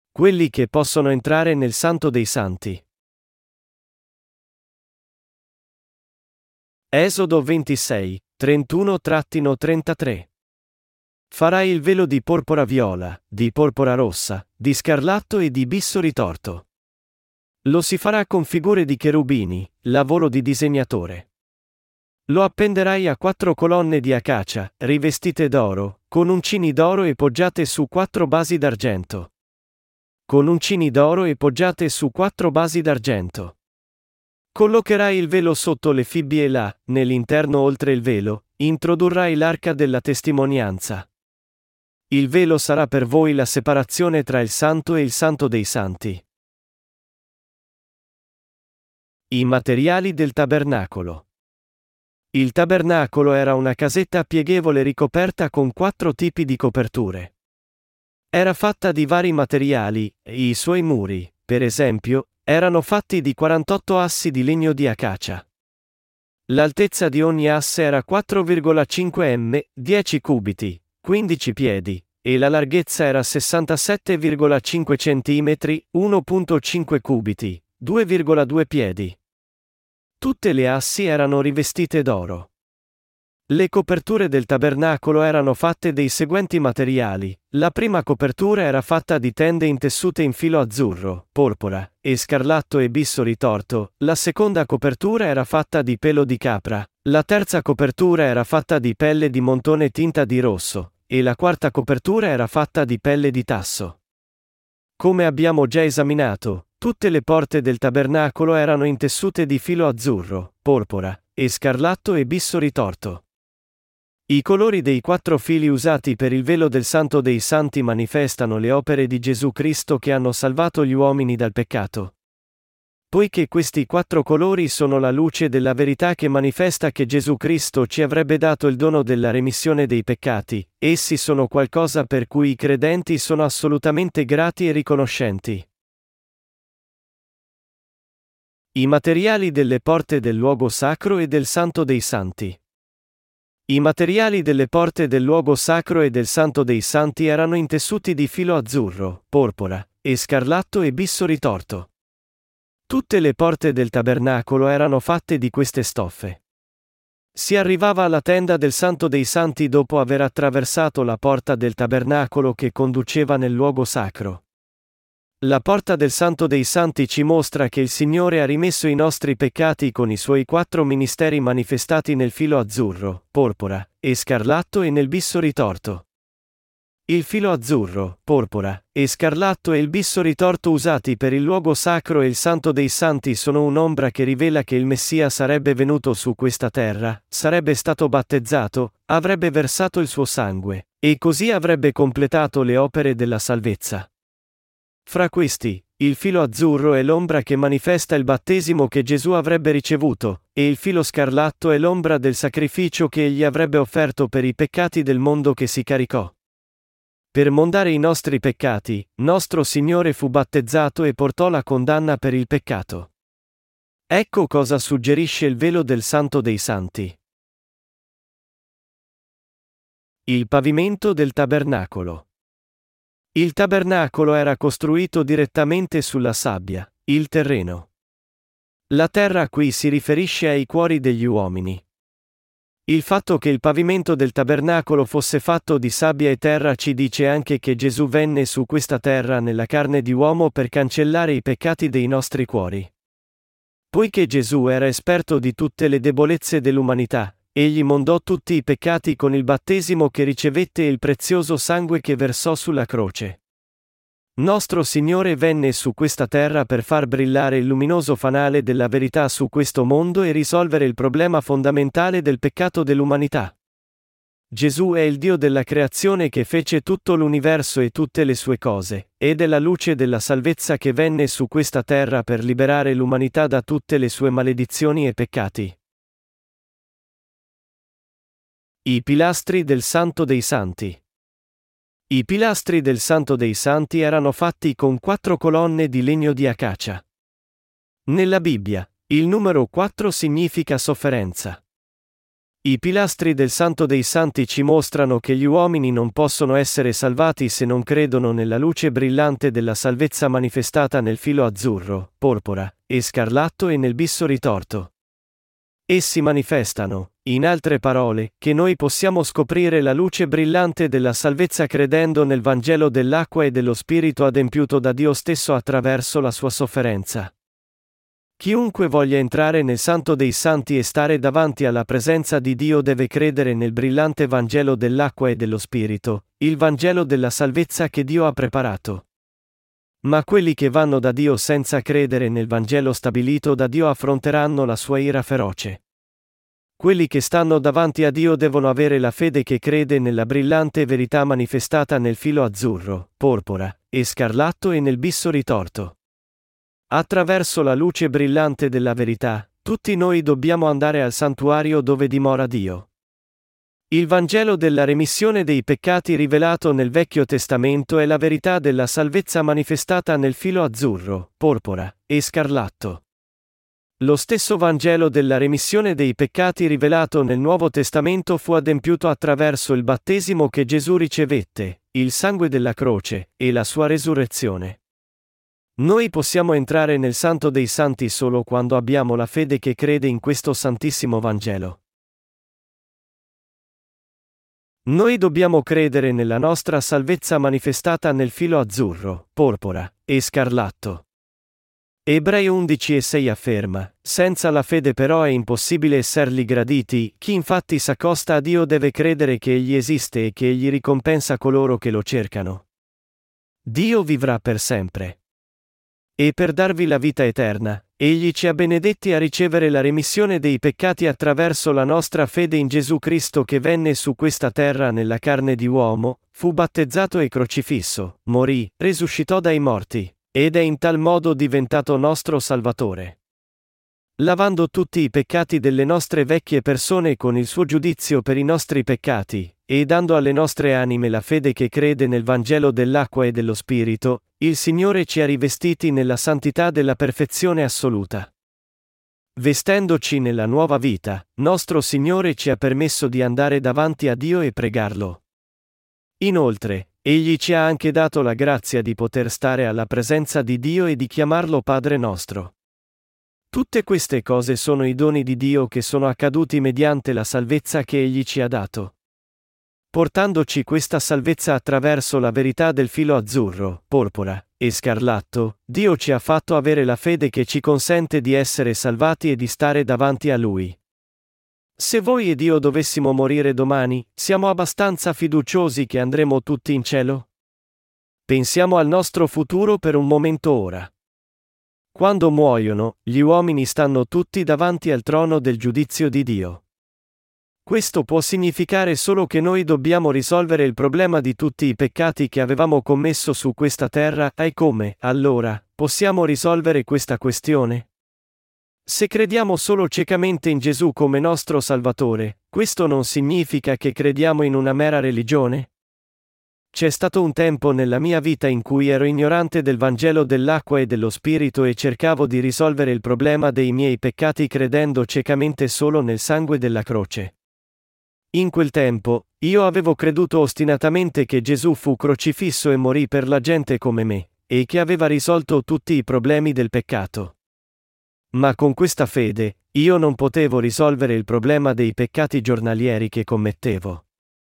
Quelli che possono entrare nel Santo dei Santi. Esodo 26, 31-33. Farai il velo di porpora viola, di porpora rossa, di scarlatto e di bisso ritorto. Lo si farà con figure di cherubini, lavoro di disegnatore. Lo appenderai a 4 colonne di acacia, rivestite d'oro, con uncini d'oro e poggiate su 4 basi d'argento. Con uncini d'oro e poggiate su 4 basi d'argento. Collocherai il velo sotto le fibbie e là, nell'interno oltre il velo, introdurrai l'arca della testimonianza. Il velo sarà per voi la separazione tra il Santo e il Santo dei Santi. I materiali del tabernacolo. Il tabernacolo era una casetta pieghevole ricoperta con 4 tipi di coperture. Era fatta di vari materiali, e i suoi muri, per esempio, erano fatti di 48 assi di legno di acacia. L'altezza di ogni asse era 4,5 m, 10 cubiti, 15 piedi, e la larghezza era 67,5 cm, 1,5 cubiti, 2,2 piedi. Tutte le assi erano rivestite d'oro. Le coperture del tabernacolo erano fatte dei seguenti materiali. La prima copertura era fatta di tende intessute in filo azzurro, porpora, e scarlatto e bisso ritorto, la seconda copertura era fatta di pelo di capra, la terza copertura era fatta di pelle di montone tinta di rosso, e la quarta copertura era fatta di pelle di tasso. Come abbiamo già esaminato, tutte le porte del tabernacolo erano intessute di filo azzurro, porpora, e scarlatto e bisso ritorto. I colori dei 4 fili usati per il velo del Santo dei Santi manifestano le opere di Gesù Cristo che hanno salvato gli uomini dal peccato. Poiché questi 4 colori sono la luce della verità che manifesta che Gesù Cristo ci avrebbe dato il dono della remissione dei peccati, essi sono qualcosa per cui i credenti sono assolutamente grati e riconoscenti. I materiali delle porte del luogo sacro e del Santo dei Santi. I materiali delle porte del luogo sacro e del Santo dei Santi erano intessuti di filo azzurro, porpora, e scarlatto e bisso ritorto. Tutte le porte del tabernacolo erano fatte di queste stoffe. Si arrivava alla tenda del Santo dei Santi dopo aver attraversato la porta del tabernacolo che conduceva nel luogo sacro. La porta del Santo dei Santi ci mostra che il Signore ha rimesso i nostri peccati con i suoi 4 ministeri manifestati nel filo azzurro, porpora, e scarlatto e nel bisso ritorto. Il filo azzurro, porpora, e scarlatto e il bisso ritorto usati per il luogo sacro e il Santo dei Santi sono un'ombra che rivela che il Messia sarebbe venuto su questa terra, sarebbe stato battezzato, avrebbe versato il suo sangue, e così avrebbe completato le opere della salvezza. Fra questi, il filo azzurro è l'ombra che manifesta il battesimo che Gesù avrebbe ricevuto, e il filo scarlatto è l'ombra del sacrificio che egli avrebbe offerto per i peccati del mondo che si caricò. Per mondare i nostri peccati, nostro Signore fu battezzato e portò la condanna per il peccato. Ecco cosa suggerisce il velo del Santo dei Santi. Il pavimento del tabernacolo. Il tabernacolo era costruito direttamente sulla sabbia, il terreno. La terra qui si riferisce ai cuori degli uomini. Il fatto che il pavimento del tabernacolo fosse fatto di sabbia e terra ci dice anche che Gesù venne su questa terra nella carne di uomo per cancellare i peccati dei nostri cuori. Poiché Gesù era esperto di tutte le debolezze dell'umanità, egli mondò tutti i peccati con il battesimo che ricevette e il prezioso sangue che versò sulla croce. Nostro Signore venne su questa terra per far brillare il luminoso fanale della verità su questo mondo e risolvere il problema fondamentale del peccato dell'umanità. Gesù è il Dio della creazione che fece tutto l'universo e tutte le sue cose, ed è la luce della salvezza che venne su questa terra per liberare l'umanità da tutte le sue maledizioni e peccati. I pilastri del Santo dei Santi. I pilastri del Santo dei Santi erano fatti con 4 colonne di legno di acacia. Nella Bibbia, il numero 4 significa sofferenza. I pilastri del Santo dei Santi ci mostrano che gli uomini non possono essere salvati se non credono nella luce brillante della salvezza manifestata nel filo azzurro, porpora e scarlatto e nel bisso ritorto. Essi manifestano, in altre parole, che noi possiamo scoprire la luce brillante della salvezza credendo nel Vangelo dell'acqua e dello Spirito adempiuto da Dio stesso attraverso la sua sofferenza. Chiunque voglia entrare nel Santo dei Santi e stare davanti alla presenza di Dio deve credere nel brillante Vangelo dell'acqua e dello Spirito, il Vangelo della salvezza che Dio ha preparato. Ma quelli che vanno da Dio senza credere nel Vangelo stabilito da Dio affronteranno la sua ira feroce. Quelli che stanno davanti a Dio devono avere la fede che crede nella brillante verità manifestata nel filo azzurro, porpora e scarlatto e nel bisso ritorto. Attraverso la luce brillante della verità, tutti noi dobbiamo andare al santuario dove dimora Dio. Il Vangelo della remissione dei peccati rivelato nel Vecchio Testamento è la verità della salvezza manifestata nel filo azzurro, porpora e scarlatto. Lo stesso Vangelo della remissione dei peccati rivelato nel Nuovo Testamento fu adempiuto attraverso il battesimo che Gesù ricevette, il sangue della croce e la sua resurrezione. Noi possiamo entrare nel Santo dei Santi solo quando abbiamo la fede che crede in questo Santissimo Vangelo. Noi dobbiamo credere nella nostra salvezza manifestata nel filo azzurro, porpora e scarlatto. Ebrei 11:6 afferma: senza la fede però è impossibile essergli graditi, chi infatti s'accosta a Dio deve credere che Egli esiste e che Egli ricompensa coloro che lo cercano. Dio vivrà per sempre. E per darvi la vita eterna, Egli ci ha benedetti a ricevere la remissione dei peccati attraverso la nostra fede in Gesù Cristo che venne su questa terra nella carne di uomo, fu battezzato e crocifisso, morì, risuscitò dai morti, ed è in tal modo diventato nostro Salvatore. Lavando tutti i peccati delle nostre vecchie persone con il suo giudizio per i nostri peccati, e dando alle nostre anime la fede che crede nel Vangelo dell'acqua e dello Spirito, il Signore ci ha rivestiti nella santità della perfezione assoluta. Vestendoci nella nuova vita, nostro Signore ci ha permesso di andare davanti a Dio e pregarlo. Inoltre, Egli ci ha anche dato la grazia di poter stare alla presenza di Dio e di chiamarlo Padre nostro. Tutte queste cose sono i doni di Dio che sono accaduti mediante la salvezza che Egli ci ha dato. Portandoci questa salvezza attraverso la verità del filo azzurro, porpora e scarlatto, Dio ci ha fatto avere la fede che ci consente di essere salvati e di stare davanti a Lui. Se voi ed io dovessimo morire domani, siamo abbastanza fiduciosi che andremo tutti in cielo? Pensiamo al nostro futuro per un momento ora. Quando muoiono, gli uomini stanno tutti davanti al trono del giudizio di Dio. Questo può significare solo che noi dobbiamo risolvere il problema di tutti i peccati che avevamo commesso su questa terra, e come, allora, possiamo risolvere questa questione? Se crediamo solo ciecamente in Gesù come nostro Salvatore, questo non significa che crediamo in una mera religione? C'è stato un tempo nella mia vita in cui ero ignorante del Vangelo dell'acqua e dello Spirito e cercavo di risolvere il problema dei miei peccati credendo ciecamente solo nel sangue della croce. In quel tempo, io avevo creduto ostinatamente che Gesù fu crocifisso e morì per la gente come me, e che aveva risolto tutti i problemi del peccato. Ma con questa fede, io non potevo risolvere il problema dei peccati giornalieri che commettevo.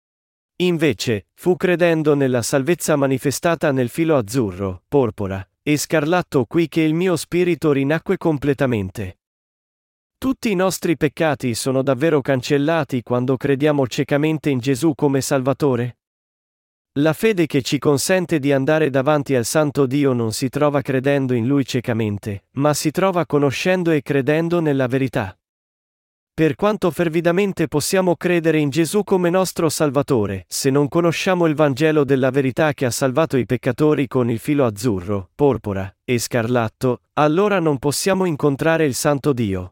Invece, fu credendo nella salvezza manifestata nel filo azzurro, porpora e scarlatto qui che il mio spirito rinacque completamente. Tutti i nostri peccati sono davvero cancellati quando crediamo ciecamente in Gesù come Salvatore? La fede che ci consente di andare davanti al Santo Dio non si trova credendo in Lui ciecamente, ma si trova conoscendo e credendo nella verità. Per quanto fervidamente possiamo credere in Gesù come nostro Salvatore, se non conosciamo il Vangelo della verità che ha salvato i peccatori con il filo azzurro, porpora e scarlatto, allora non possiamo incontrare il Santo Dio.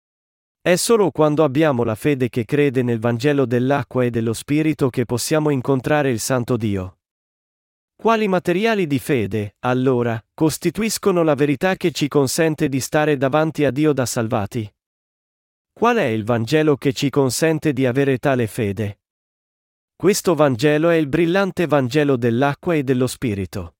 È solo quando abbiamo la fede che crede nel Vangelo dell'acqua e dello Spirito che possiamo incontrare il Santo Dio. Quali materiali di fede, allora, costituiscono la verità che ci consente di stare davanti a Dio da salvati? Qual è il Vangelo che ci consente di avere tale fede? Questo Vangelo è il brillante Vangelo dell'acqua e dello Spirito.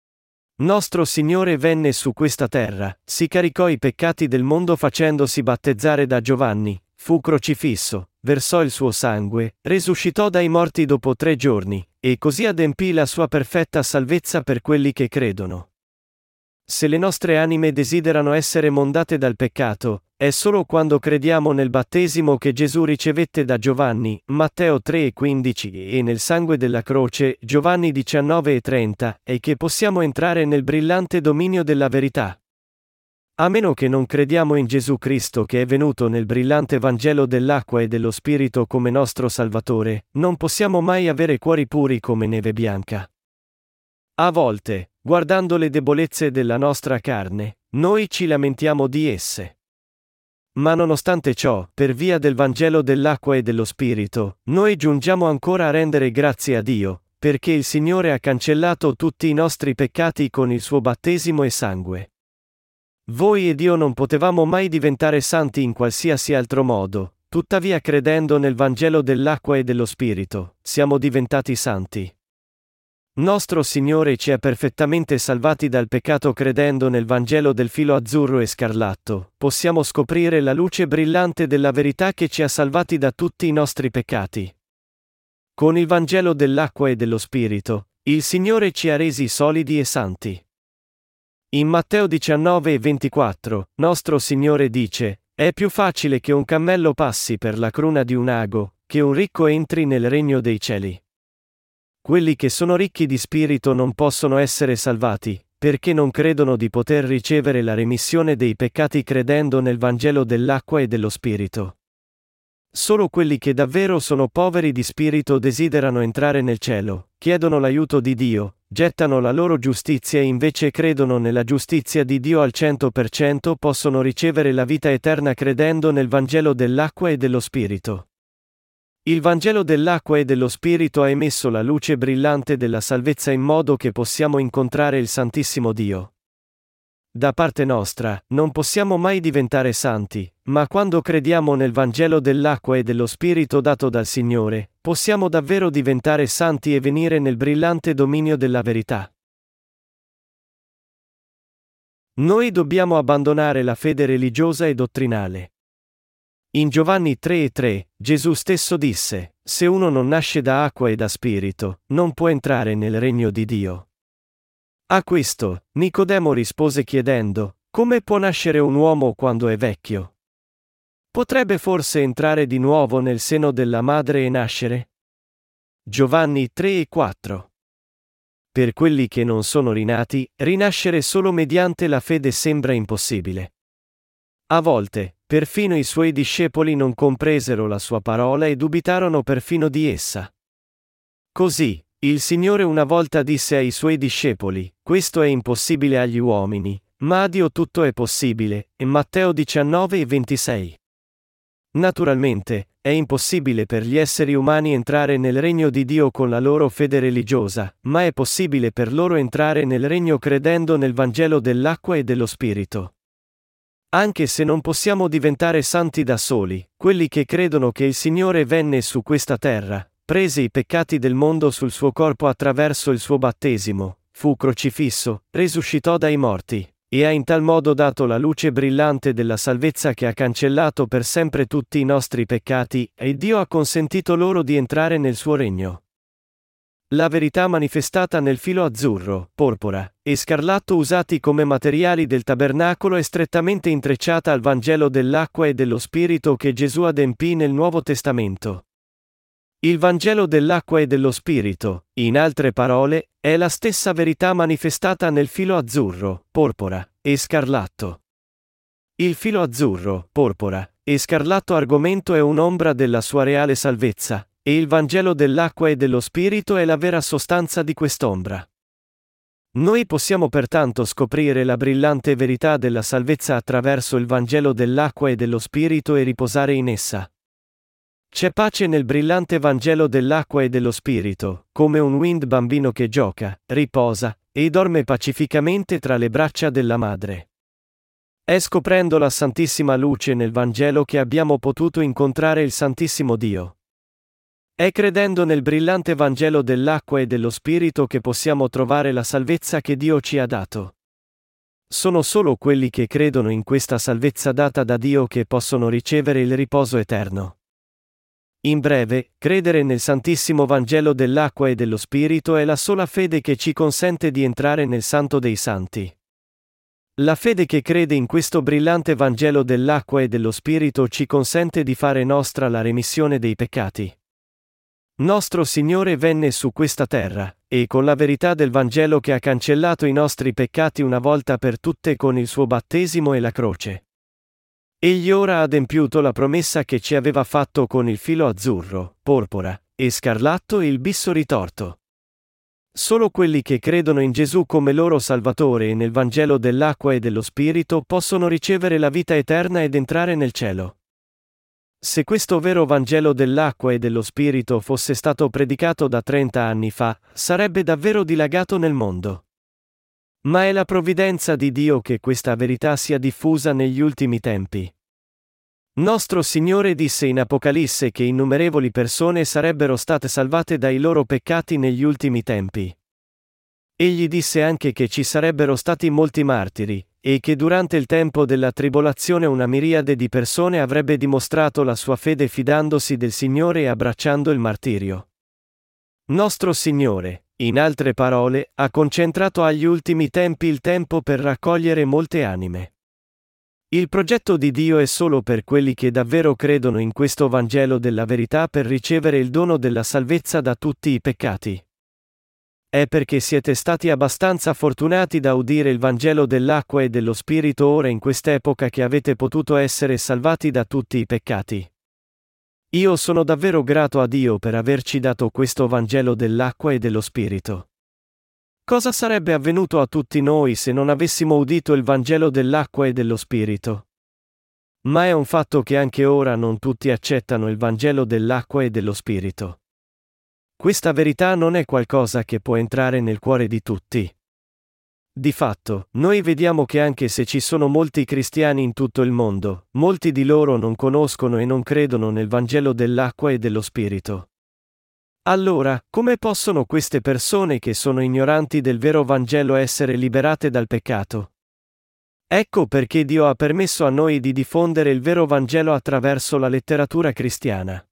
Nostro Signore venne su questa terra, si caricò i peccati del mondo facendosi battezzare da Giovanni, fu crocifisso, versò il suo sangue, risuscitò dai morti dopo 3 giorni, e così adempì la sua perfetta salvezza per quelli che credono. Se le nostre anime desiderano essere mondate dal peccato, è solo quando crediamo nel battesimo che Gesù ricevette da Giovanni, Matteo 3,15, e nel sangue della croce, Giovanni 19,30, e che possiamo entrare nel brillante dominio della verità. A meno che non crediamo in Gesù Cristo che è venuto nel brillante Vangelo dell'acqua e dello Spirito come nostro Salvatore, non possiamo mai avere cuori puri come neve bianca. A volte, guardando le debolezze della nostra carne, noi ci lamentiamo di esse. Ma nonostante ciò, per via del Vangelo dell'acqua e dello Spirito, noi giungiamo ancora a rendere grazie a Dio, perché il Signore ha cancellato tutti i nostri peccati con il suo battesimo e sangue. Voi ed io non potevamo mai diventare santi in qualsiasi altro modo, tuttavia credendo nel Vangelo dell'acqua e dello Spirito, siamo diventati santi. Nostro Signore ci ha perfettamente salvati dal peccato credendo nel Vangelo del filo azzurro e scarlatto, possiamo scoprire la luce brillante della verità che ci ha salvati da tutti i nostri peccati. Con il Vangelo dell'acqua e dello Spirito, il Signore ci ha resi solidi e santi. In Matteo 19,24, nostro Signore dice: «È più facile che un cammello passi per la cruna di un ago, che un ricco entri nel regno dei cieli». Quelli che sono ricchi di spirito non possono essere salvati, perché non credono di poter ricevere la remissione dei peccati credendo nel Vangelo dell'acqua e dello Spirito. Solo quelli che davvero sono poveri di spirito desiderano entrare nel cielo, chiedono l'aiuto di Dio, gettano la loro giustizia e invece credono nella giustizia di Dio al 100% possono ricevere la vita eterna credendo nel Vangelo dell'acqua e dello Spirito. Il Vangelo dell'acqua e dello Spirito ha emesso la luce brillante della salvezza in modo che possiamo incontrare il Santissimo Dio. Da parte nostra, non possiamo mai diventare santi, ma quando crediamo nel Vangelo dell'acqua e dello Spirito dato dal Signore, possiamo davvero diventare santi e venire nel brillante dominio della verità. Noi dobbiamo abbandonare la fede religiosa e dottrinale. In Giovanni 3,3, Gesù stesso disse: «Se uno non nasce da acqua e da spirito, non può entrare nel regno di Dio». A questo, Nicodemo rispose chiedendo: «Come può nascere un uomo quando è vecchio? Potrebbe forse entrare di nuovo nel seno della madre e nascere?» Giovanni 3,4. Per quelli che non sono rinati, rinascere solo mediante la fede sembra impossibile. A volte, perfino i suoi discepoli non compresero la sua parola e dubitarono perfino di essa. Così, il Signore una volta disse ai suoi discepoli: «Questo è impossibile agli uomini, ma a Dio tutto è possibile», in Matteo 19,26. Naturalmente, è impossibile per gli esseri umani entrare nel regno di Dio con la loro fede religiosa, ma è possibile per loro entrare nel regno credendo nel Vangelo dell'acqua e dello Spirito. Anche se non possiamo diventare santi da soli, quelli che credono che il Signore venne su questa terra, prese i peccati del mondo sul suo corpo attraverso il suo battesimo, fu crocifisso, risuscitò dai morti, e ha in tal modo dato la luce brillante della salvezza che ha cancellato per sempre tutti i nostri peccati, e Dio ha consentito loro di entrare nel suo regno. La verità manifestata nel filo azzurro, porpora e scarlatto usati come materiali del tabernacolo è strettamente intrecciata al Vangelo dell'acqua e dello Spirito che Gesù adempì nel Nuovo Testamento. Il Vangelo dell'acqua e dello Spirito, in altre parole, è la stessa verità manifestata nel filo azzurro, porpora e scarlatto. Il filo azzurro, porpora e scarlatto argomento è un'ombra della sua reale salvezza, e il Vangelo dell'acqua e dello Spirito è la vera sostanza di quest'ombra. Noi possiamo pertanto scoprire la brillante verità della salvezza attraverso il Vangelo dell'acqua e dello Spirito e riposare in essa. C'è pace nel brillante Vangelo dell'acqua e dello Spirito, come un wind bambino che gioca, riposa, e dorme pacificamente tra le braccia della madre. È scoprendo la Santissima Luce nel Vangelo che abbiamo potuto incontrare il Santissimo Dio. È credendo nel brillante Vangelo dell'acqua e dello Spirito che possiamo trovare la salvezza che Dio ci ha dato. Sono solo quelli che credono in questa salvezza data da Dio che possono ricevere il riposo eterno. In breve, credere nel Santissimo Vangelo dell'acqua e dello Spirito è la sola fede che ci consente di entrare nel Santo dei Santi. La fede che crede in questo brillante Vangelo dell'acqua e dello Spirito ci consente di fare nostra la remissione dei peccati. Nostro Signore venne su questa terra, e con la verità del Vangelo che ha cancellato i nostri peccati una volta per tutte con il suo battesimo e la croce. Egli ora ha adempiuto la promessa che ci aveva fatto con il filo azzurro, porpora, e scarlatto e il bisso ritorto. Solo quelli che credono in Gesù come loro Salvatore e nel Vangelo dell'acqua e dello Spirito possono ricevere la vita eterna ed entrare nel cielo. Se questo vero Vangelo dell'acqua e dello Spirito fosse stato predicato da 30 anni fa, sarebbe davvero dilagato nel mondo. Ma è la provvidenza di Dio che questa verità sia diffusa negli ultimi tempi. Nostro Signore disse in Apocalisse che innumerevoli persone sarebbero state salvate dai loro peccati negli ultimi tempi. Egli disse anche che ci sarebbero stati molti martiri, e che durante il tempo della tribolazione una miriade di persone avrebbe dimostrato la sua fede fidandosi del Signore e abbracciando il martirio. Nostro Signore, in altre parole, ha concentrato agli ultimi tempi il tempo per raccogliere molte anime. Il progetto di Dio è solo per quelli che davvero credono in questo Vangelo della verità per ricevere il dono della salvezza da tutti i peccati. È perché siete stati abbastanza fortunati da udire il Vangelo dell'acqua e dello Spirito ora in quest'epoca che avete potuto essere salvati da tutti i peccati. Io sono davvero grato a Dio per averci dato questo Vangelo dell'acqua e dello Spirito. Cosa sarebbe avvenuto a tutti noi se non avessimo udito il Vangelo dell'acqua e dello Spirito? Ma è un fatto che anche ora non tutti accettano il Vangelo dell'acqua e dello Spirito. Questa verità non è qualcosa che può entrare nel cuore di tutti. Di fatto, noi vediamo che anche se ci sono molti cristiani in tutto il mondo, molti di loro non conoscono e non credono nel Vangelo dell'acqua e dello Spirito. Allora, come possono queste persone che sono ignoranti del vero Vangelo essere liberate dal peccato? Ecco perché Dio ha permesso a noi di diffondere il vero Vangelo attraverso la letteratura cristiana.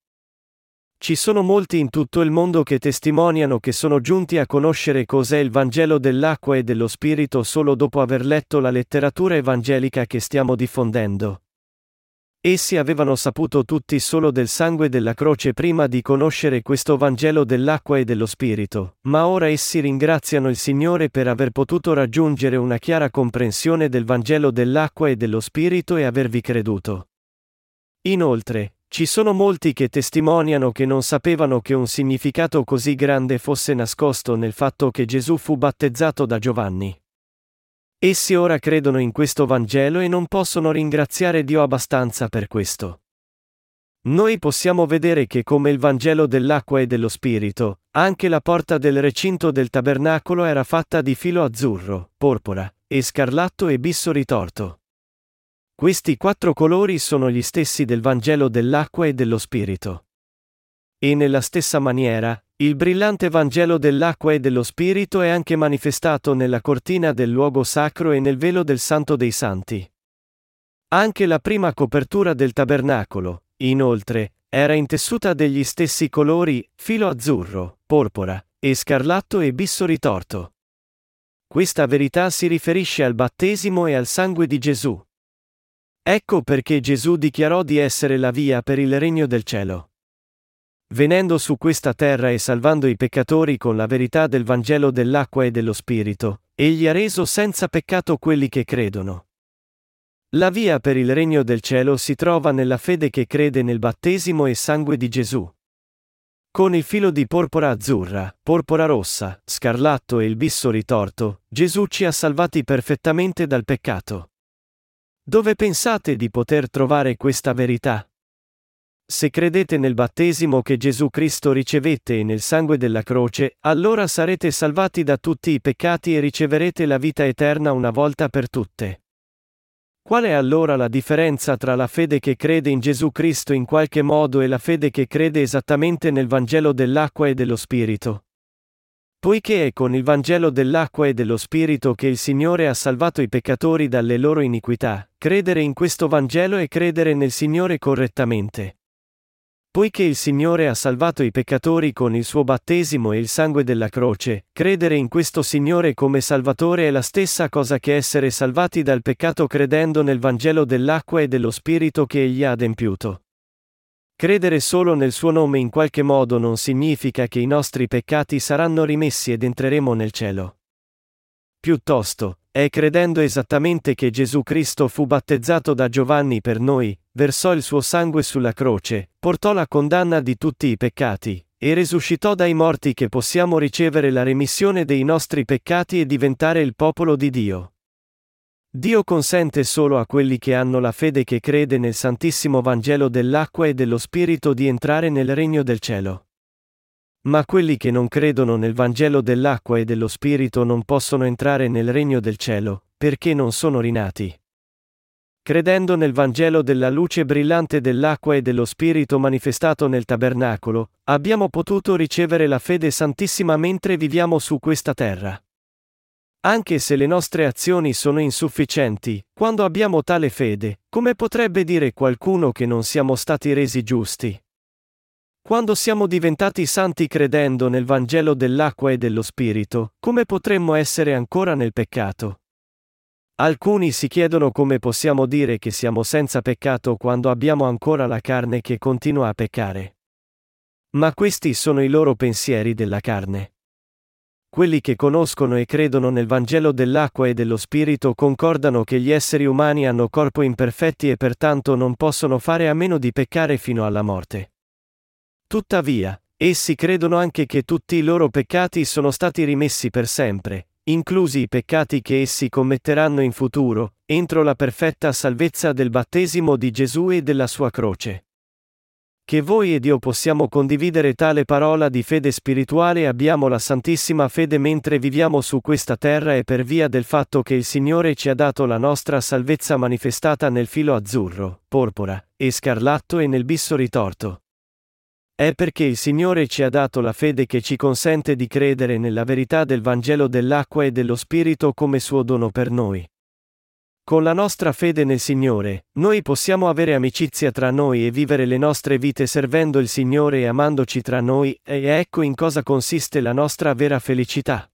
Ci sono molti in tutto il mondo che testimoniano che sono giunti a conoscere cos'è il Vangelo dell'acqua e dello Spirito solo dopo aver letto la letteratura evangelica che stiamo diffondendo. Essi avevano saputo tutti solo del sangue della croce prima di conoscere questo Vangelo dell'acqua e dello Spirito, ma ora essi ringraziano il Signore per aver potuto raggiungere una chiara comprensione del Vangelo dell'acqua e dello Spirito e avervi creduto. Inoltre, ci sono molti che testimoniano che non sapevano che un significato così grande fosse nascosto nel fatto che Gesù fu battezzato da Giovanni. Essi ora credono in questo Vangelo e non possono ringraziare Dio abbastanza per questo. Noi possiamo vedere che come il Vangelo dell'acqua e dello Spirito, anche la porta del recinto del tabernacolo era fatta di filo azzurro, porpora, e scarlatto e bisso ritorto. Questi 4 colori sono gli stessi del Vangelo dell'acqua e dello Spirito. E nella stessa maniera, il brillante Vangelo dell'acqua e dello Spirito è anche manifestato nella cortina del luogo sacro e nel velo del Santo dei Santi. Anche la prima copertura del tabernacolo, inoltre, era intessuta degli stessi colori, filo azzurro, porpora, e scarlatto e bisso ritorto. Questa verità si riferisce al battesimo e al sangue di Gesù. Ecco perché Gesù dichiarò di essere la via per il regno del cielo. Venendo su questa terra e salvando i peccatori con la verità del Vangelo dell'acqua e dello Spirito, egli ha reso senza peccato quelli che credono. La via per il regno del cielo si trova nella fede che crede nel battesimo e sangue di Gesù. Con il filo di porpora azzurra, porpora rossa, scarlatto e il bisso ritorto, Gesù ci ha salvati perfettamente dal peccato. Dove pensate di poter trovare questa verità? Se credete nel battesimo che Gesù Cristo ricevette e nel sangue della croce, allora sarete salvati da tutti i peccati e riceverete la vita eterna una volta per tutte. Qual è allora la differenza tra la fede che crede in Gesù Cristo in qualche modo e la fede che crede esattamente nel Vangelo dell'acqua e dello Spirito? Poiché è con il Vangelo dell'acqua e dello Spirito che il Signore ha salvato i peccatori dalle loro iniquità, credere in questo Vangelo è credere nel Signore correttamente. Poiché il Signore ha salvato i peccatori con il suo battesimo e il sangue della croce, credere in questo Signore come Salvatore è la stessa cosa che essere salvati dal peccato credendo nel Vangelo dell'acqua e dello Spirito che Egli ha adempiuto. Credere solo nel suo nome in qualche modo non significa che i nostri peccati saranno rimessi ed entreremo nel cielo. Piuttosto, è credendo esattamente che Gesù Cristo fu battezzato da Giovanni per noi, versò il suo sangue sulla croce, portò la condanna di tutti i peccati, e risuscitò dai morti che possiamo ricevere la remissione dei nostri peccati e diventare il popolo di Dio. Dio consente solo a quelli che hanno la fede che crede nel Santissimo Vangelo dell'acqua e dello Spirito di entrare nel regno del cielo. Ma quelli che non credono nel Vangelo dell'acqua e dello Spirito non possono entrare nel regno del cielo, perché non sono rinati. Credendo nel Vangelo della luce brillante dell'acqua e dello Spirito manifestato nel tabernacolo, abbiamo potuto ricevere la fede santissima mentre viviamo su questa terra. Anche se le nostre azioni sono insufficienti, quando abbiamo tale fede, come potrebbe dire qualcuno che non siamo stati resi giusti? Quando siamo diventati santi credendo nel Vangelo dell'acqua e dello Spirito, come potremmo essere ancora nel peccato? Alcuni si chiedono come possiamo dire che siamo senza peccato quando abbiamo ancora la carne che continua a peccare. Ma questi sono i loro pensieri della carne. Quelli che conoscono e credono nel Vangelo dell'acqua e dello Spirito concordano che gli esseri umani hanno corpo imperfetti e pertanto non possono fare a meno di peccare fino alla morte. Tuttavia, essi credono anche che tutti i loro peccati sono stati rimessi per sempre, inclusi i peccati che essi commetteranno in futuro, entro la perfetta salvezza del battesimo di Gesù e della sua croce. Che voi ed io possiamo condividere tale parola di fede spirituale e abbiamo la santissima fede mentre viviamo su questa terra e per via del fatto che il Signore ci ha dato la nostra salvezza manifestata nel filo azzurro, porpora, e scarlatto e nel bisso ritorto. È perché il Signore ci ha dato la fede che ci consente di credere nella verità del Vangelo dell'acqua e dello Spirito come suo dono per noi. Con la nostra fede nel Signore, noi possiamo avere amicizia tra noi e vivere le nostre vite servendo il Signore e amandoci tra noi, e ecco in cosa consiste la nostra vera felicità.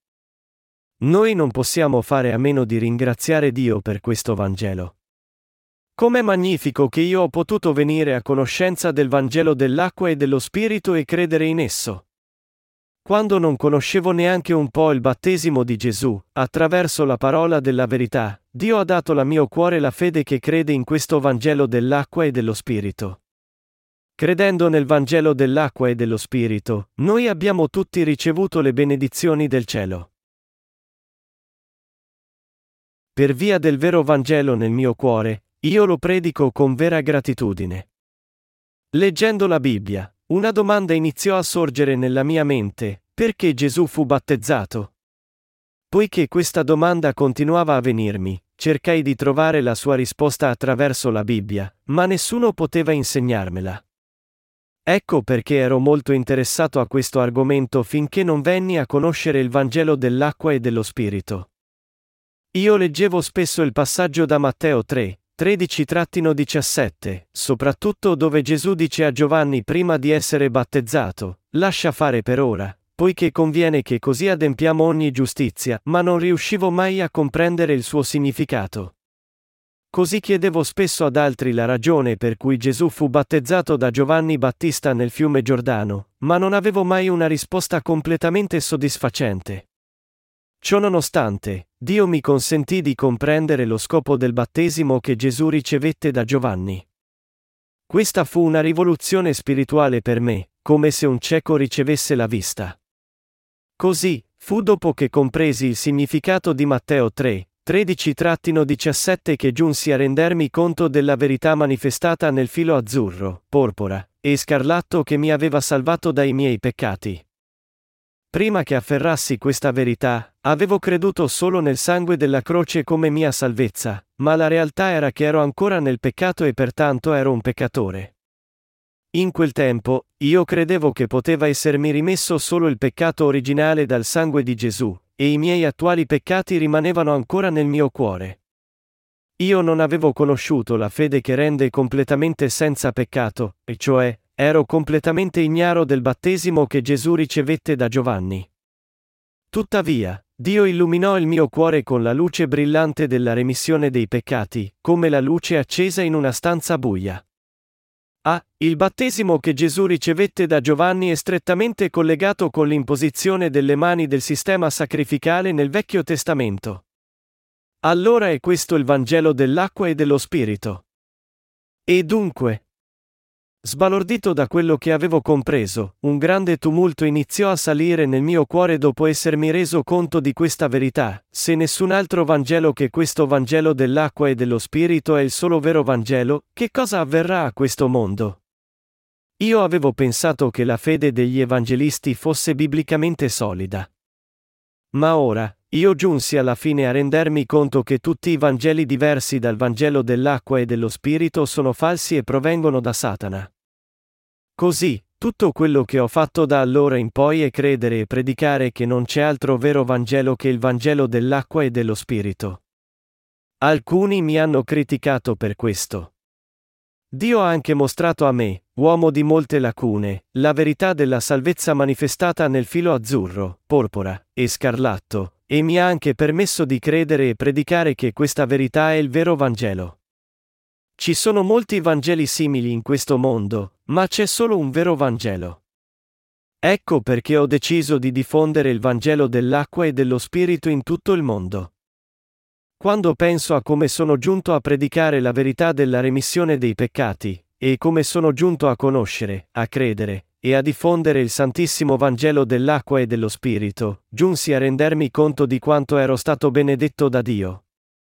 Noi non possiamo fare a meno di ringraziare Dio per questo Vangelo. Com'è magnifico che io ho potuto venire a conoscenza del Vangelo dell'acqua e dello Spirito e credere in esso. Quando non conoscevo neanche un po' il battesimo di Gesù, attraverso la parola della verità, Dio ha dato al mio cuore la fede che crede in questo Vangelo dell'acqua e dello Spirito. Credendo nel Vangelo dell'acqua e dello Spirito, noi abbiamo tutti ricevuto le benedizioni del cielo. Per via del vero Vangelo nel mio cuore, io lo predico con vera gratitudine. Leggendo la Bibbia, una domanda iniziò a sorgere nella mia mente: perché Gesù fu battezzato? Poiché questa domanda continuava a venirmi, cercai di trovare la sua risposta attraverso la Bibbia, ma nessuno poteva insegnarmela. Ecco perché ero molto interessato a questo argomento finché non venni a conoscere il Vangelo dell'acqua e dello Spirito. Io leggevo spesso il passaggio da Matteo 3, 13-17, soprattutto dove Gesù dice a Giovanni prima di essere battezzato: lascia fare per ora, poiché conviene che così adempiamo ogni giustizia, ma non riuscivo mai a comprendere il suo significato. Così chiedevo spesso ad altri la ragione per cui Gesù fu battezzato da Giovanni Battista nel fiume Giordano, ma non avevo mai una risposta completamente soddisfacente. Ciononostante, Dio mi consentì di comprendere lo scopo del battesimo che Gesù ricevette da Giovanni. Questa fu una rivoluzione spirituale per me, come se un cieco ricevesse la vista. Così, fu dopo che compresi il significato di Matteo 3, 13-17 che giunsi a rendermi conto della verità manifestata nel filo azzurro, porpora, e scarlatto che mi aveva salvato dai miei peccati. prima che afferrassi questa verità, avevo creduto solo nel sangue della croce come mia salvezza, ma la realtà era che ero ancora nel peccato e pertanto ero un peccatore. In quel tempo, io credevo che poteva essermi rimesso solo il peccato originale dal sangue di Gesù, e i miei attuali peccati rimanevano ancora nel mio cuore. Io non avevo conosciuto la fede che rende completamente senza peccato, e cioè, ero completamente ignaro del battesimo che Gesù ricevette da Giovanni. Tuttavia, Dio illuminò il mio cuore con la luce brillante della remissione dei peccati, come la luce accesa in una stanza buia. Il battesimo che Gesù ricevette da Giovanni è strettamente collegato con l'imposizione delle mani del sistema sacrificale nel Vecchio Testamento. Allora è questo il Vangelo dell'acqua e dello Spirito. E dunque, sbalordito da quello che avevo compreso, un grande tumulto iniziò a salire nel mio cuore dopo essermi reso conto di questa verità: se nessun altro Vangelo che questo Vangelo dell'acqua e dello Spirito è il solo vero Vangelo, che cosa avverrà a questo mondo? Io avevo pensato che la fede degli evangelisti fosse biblicamente solida. Ma ora, io giunsi alla fine a rendermi conto che tutti i Vangeli diversi dal Vangelo dell'acqua e dello Spirito sono falsi e provengono da Satana. Così, tutto quello che ho fatto da allora in poi è credere e predicare che non c'è altro vero Vangelo che il Vangelo dell'acqua e dello Spirito. Alcuni mi hanno criticato per questo. Dio ha anche mostrato a me, uomo di molte lacune, la verità della salvezza manifestata nel filo azzurro, porpora e scarlatto, e mi ha anche permesso di credere e predicare che questa verità è il vero Vangelo. Ci sono molti Vangeli simili in questo mondo, ma c'è solo un vero Vangelo. Ecco perché ho deciso di diffondere il Vangelo dell'acqua e dello Spirito in tutto il mondo. Quando penso a come sono giunto a predicare la verità della remissione dei peccati, e come sono giunto a conoscere, a credere, e a diffondere il Santissimo Vangelo dell'acqua e dello Spirito, giunsi a rendermi conto di quanto ero stato benedetto da Dio.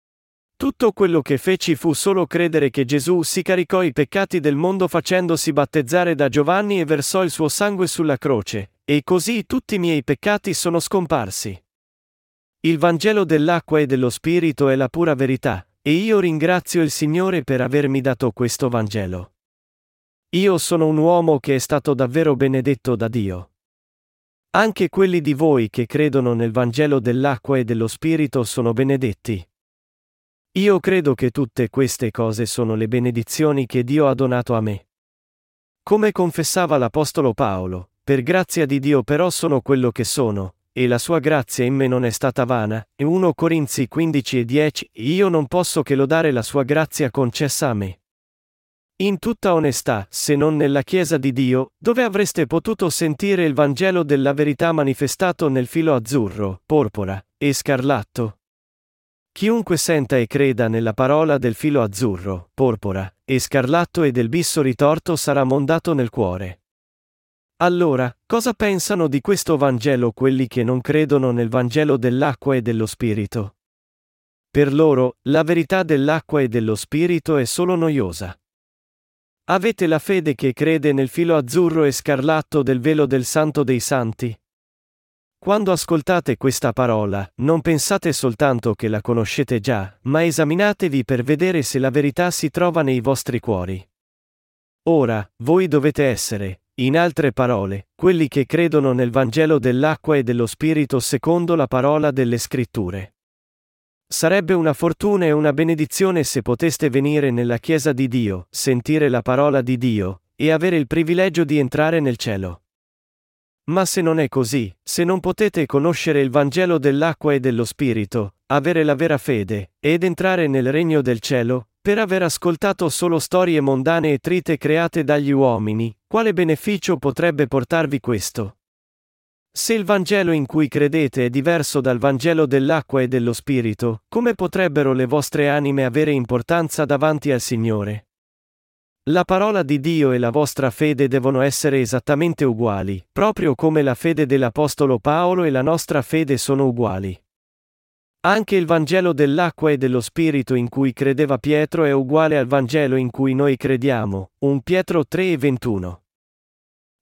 Tutto quello che feci fu solo credere che Gesù si caricò i peccati del mondo facendosi battezzare da Giovanni e versò il suo sangue sulla croce, e così tutti i miei peccati sono scomparsi. Il Vangelo dell'acqua e dello Spirito è la pura verità, e io ringrazio il Signore per avermi dato questo Vangelo. Io sono un uomo che è stato davvero benedetto da Dio. Anche quelli di voi che credono nel Vangelo dell'acqua e dello Spirito sono benedetti. Io credo che tutte queste cose sono le benedizioni che Dio ha donato a me. Come confessava l'Apostolo Paolo, per grazia di Dio però sono quello che sono, e la sua grazia in me non è stata vana, e 1 Corinzi 15:10, io non posso che lodare la sua grazia concessa a me. In tutta onestà, se non nella Chiesa di Dio, dove avreste potuto sentire il Vangelo della verità manifestato nel filo azzurro, porpora e scarlatto? Chiunque senta e creda nella parola del filo azzurro, porpora e scarlatto e del bisso ritorto sarà mondato nel cuore. Allora, cosa pensano di questo Vangelo quelli che non credono nel Vangelo dell'acqua e dello Spirito? Per loro, la verità dell'acqua e dello Spirito è solo noiosa. Avete la fede che crede nel filo azzurro e scarlatto del velo del Santo dei Santi? Quando ascoltate questa parola, non pensate soltanto che la conoscete già, ma esaminatevi per vedere se la verità si trova nei vostri cuori. Ora, voi dovete essere, in altre parole, quelli che credono nel Vangelo dell'acqua e dello Spirito secondo la parola delle Scritture. Sarebbe una fortuna e una benedizione se poteste venire nella Chiesa di Dio, sentire la parola di Dio, e avere il privilegio di entrare nel cielo. Ma se non è così, se non potete conoscere il Vangelo dell'acqua e dello Spirito, avere la vera fede, ed entrare nel regno del cielo, per aver ascoltato solo storie mondane e trite create dagli uomini, quale beneficio potrebbe portarvi questo? Se il Vangelo in cui credete è diverso dal Vangelo dell'acqua e dello Spirito, come potrebbero le vostre anime avere importanza davanti al Signore? La parola di Dio e la vostra fede devono essere esattamente uguali, proprio come la fede dell'Apostolo Paolo e la nostra fede sono uguali. Anche il Vangelo dell'acqua e dello Spirito in cui credeva Pietro è uguale al Vangelo in cui noi crediamo, 1 Pietro 3:21.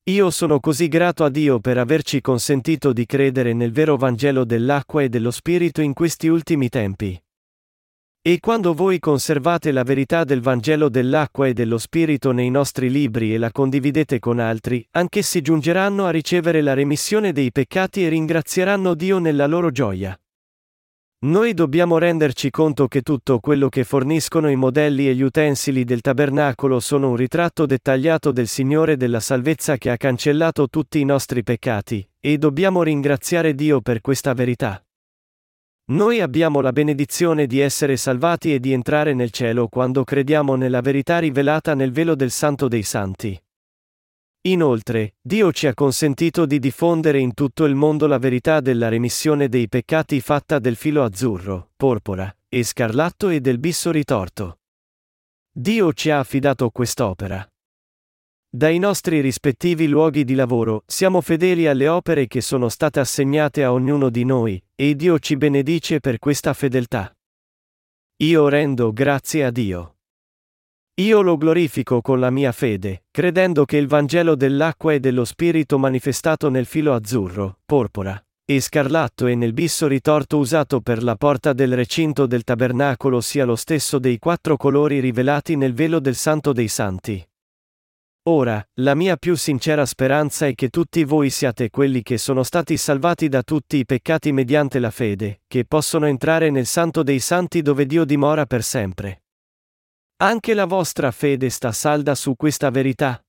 Io sono così grato a Dio per averci consentito di credere nel vero Vangelo dell'acqua e dello Spirito in questi ultimi tempi. E quando voi conservate la verità del Vangelo dell'acqua e dello Spirito nei nostri libri e la condividete con altri, anch'essi giungeranno a ricevere la remissione dei peccati e ringrazieranno Dio nella loro gioia. Noi dobbiamo renderci conto che tutto quello che forniscono i modelli e gli utensili del tabernacolo sono un ritratto dettagliato del Signore della salvezza che ha cancellato tutti i nostri peccati, e dobbiamo ringraziare Dio per questa verità. Noi abbiamo la benedizione di essere salvati e di entrare nel cielo quando crediamo nella verità rivelata nel velo del Santo dei Santi. Inoltre, Dio ci ha consentito di diffondere in tutto il mondo la verità della remissione dei peccati fatta del filo azzurro, porpora, e scarlatto e del bisso ritorto. Dio ci ha affidato quest'opera. Dai nostri rispettivi luoghi di lavoro, siamo fedeli alle opere che sono state assegnate a ognuno di noi, e Dio ci benedice per questa fedeltà. Io rendo grazie a Dio. Io lo glorifico con la mia fede, credendo che il Vangelo dell'acqua e dello Spirito manifestato nel filo azzurro, porpora, e scarlatto e nel bisso ritorto usato per la porta del recinto del tabernacolo sia lo stesso dei 4 colori rivelati nel velo del Santo dei Santi. Ora, la mia più sincera speranza è che tutti voi siate quelli che sono stati salvati da tutti i peccati mediante la fede, che possono entrare nel Santo dei Santi dove Dio dimora per sempre. Anche la vostra fede sta salda su questa verità?